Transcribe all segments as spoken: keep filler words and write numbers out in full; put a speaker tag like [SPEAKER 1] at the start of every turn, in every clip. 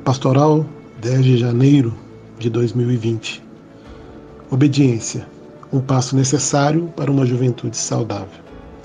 [SPEAKER 1] Pastoral, dez de janeiro de dois mil e vinte. Obediência, um passo necessário para uma juventude saudável.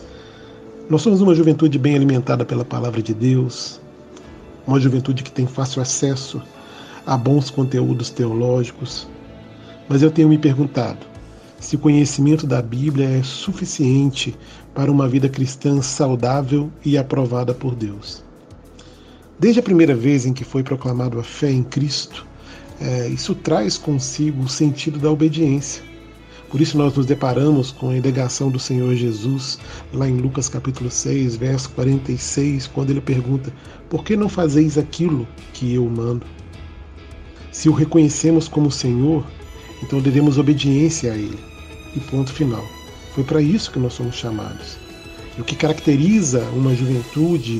[SPEAKER 1] Nós somos uma juventude bem alimentada pela palavra de Deus, uma juventude que tem fácil acesso a bons conteúdos teológicos, mas eu tenho me perguntado se o conhecimento da Bíblia é suficiente para uma vida cristã saudável e aprovada por Deus. Desde a primeira vez em que foi proclamado a fé em Cristo, é, isso traz consigo o sentido da obediência. Por isso nós nos deparamos com a indagação do Senhor Jesus, lá em Lucas capítulo seis, verso quarenta e seis, quando ele pergunta: por que não fazeis aquilo que eu mando? Se o reconhecemos como Senhor, então devemos obediência a Ele. E ponto final. Foi para isso que nós somos chamados. E o que caracteriza uma juventude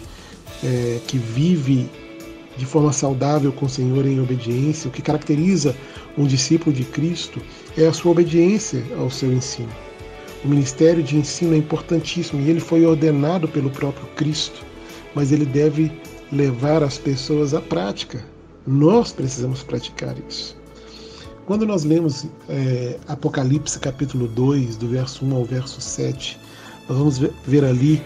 [SPEAKER 1] É, que vive de forma saudável com o Senhor em obediência, o que caracteriza um discípulo de Cristo é a sua obediência ao seu ensino. O ministério de ensino é importantíssimo e ele foi ordenado pelo próprio Cristo, mas ele deve levar as pessoas à prática. Nós precisamos praticar isso. Quando nós lemos é, Apocalipse capítulo dois, do verso um ao verso sete, nós vamos ver, ver ali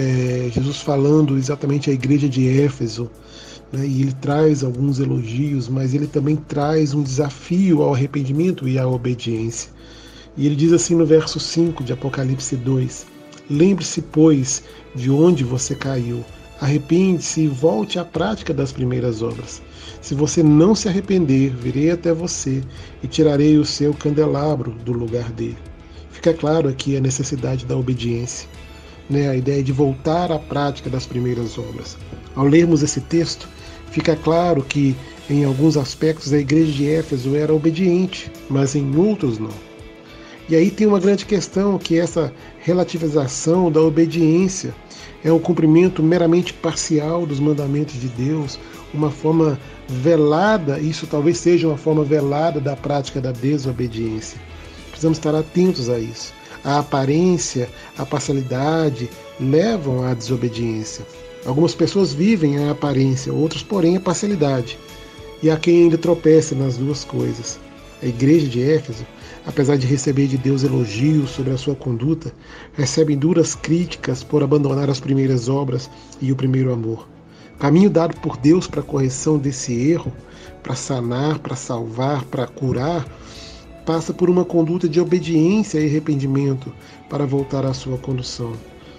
[SPEAKER 1] É, Jesus falando exatamente à igreja de Éfeso, né, e ele traz alguns elogios, mas ele também traz um desafio ao arrependimento e à obediência. E ele diz assim no verso cinco de Apocalipse dois: lembre-se, pois, de onde você caiu, arrepende-se e volte à prática das primeiras obras. Se você não se arrepender, virei até você e tirarei o seu candelabro do lugar dele. Fica claro aqui a necessidade da obediência. Né, a ideia de voltar à prática das primeiras obras. Ao lermos esse texto, fica claro que em alguns aspectos a igreja de Éfeso era obediente, mas em outros não. E aí tem uma grande questão, que essa relativização da obediência é um cumprimento meramente parcial dos mandamentos de Deus, uma forma velada, isso talvez seja uma forma velada da prática da desobediência. Precisamos estar atentos a isso. A aparência, a parcialidade levam à desobediência. Algumas pessoas vivem a aparência, outros, porém, a parcialidade. E há quem ainda tropece nas duas coisas. A igreja de Éfeso, apesar de receber de Deus elogios sobre a sua conduta, recebe duras críticas por abandonar as primeiras obras e o primeiro amor. O caminho dado por Deus para a correção desse erro, para sanar, para salvar, para curar, passa por uma conduta de obediência e arrependimento para voltar à sua condução.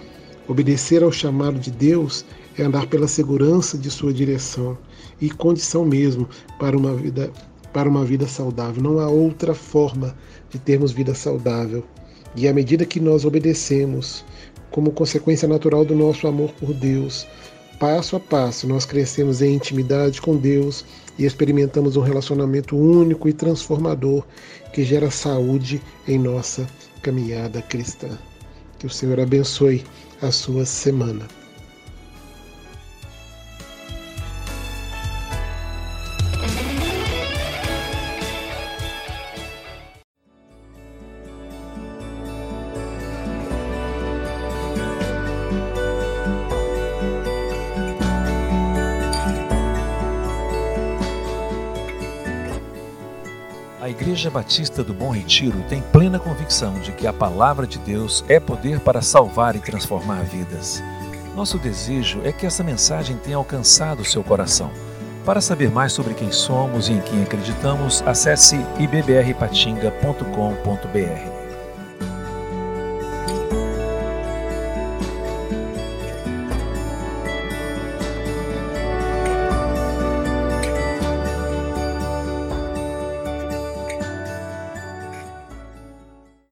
[SPEAKER 1] Obedecer ao chamado de Deus é andar pela segurança de sua direção e condição mesmo para uma vida, para uma vida saudável. Não há outra forma de termos vida saudável. E à medida que nós obedecemos, como consequência natural do nosso amor por Deus, passo a passo nós crescemos em intimidade com Deus e experimentamos um relacionamento único e transformador que gera saúde em nossa caminhada cristã. Que o Senhor abençoe a sua semana.
[SPEAKER 2] A Igreja Batista do Bom Retiro tem plena convicção de que a Palavra de Deus é poder para salvar e transformar vidas. Nosso desejo é que essa mensagem tenha alcançado o seu coração. Para saber mais sobre quem somos e em quem acreditamos, acesse i b b r patinga ponto com ponto b r.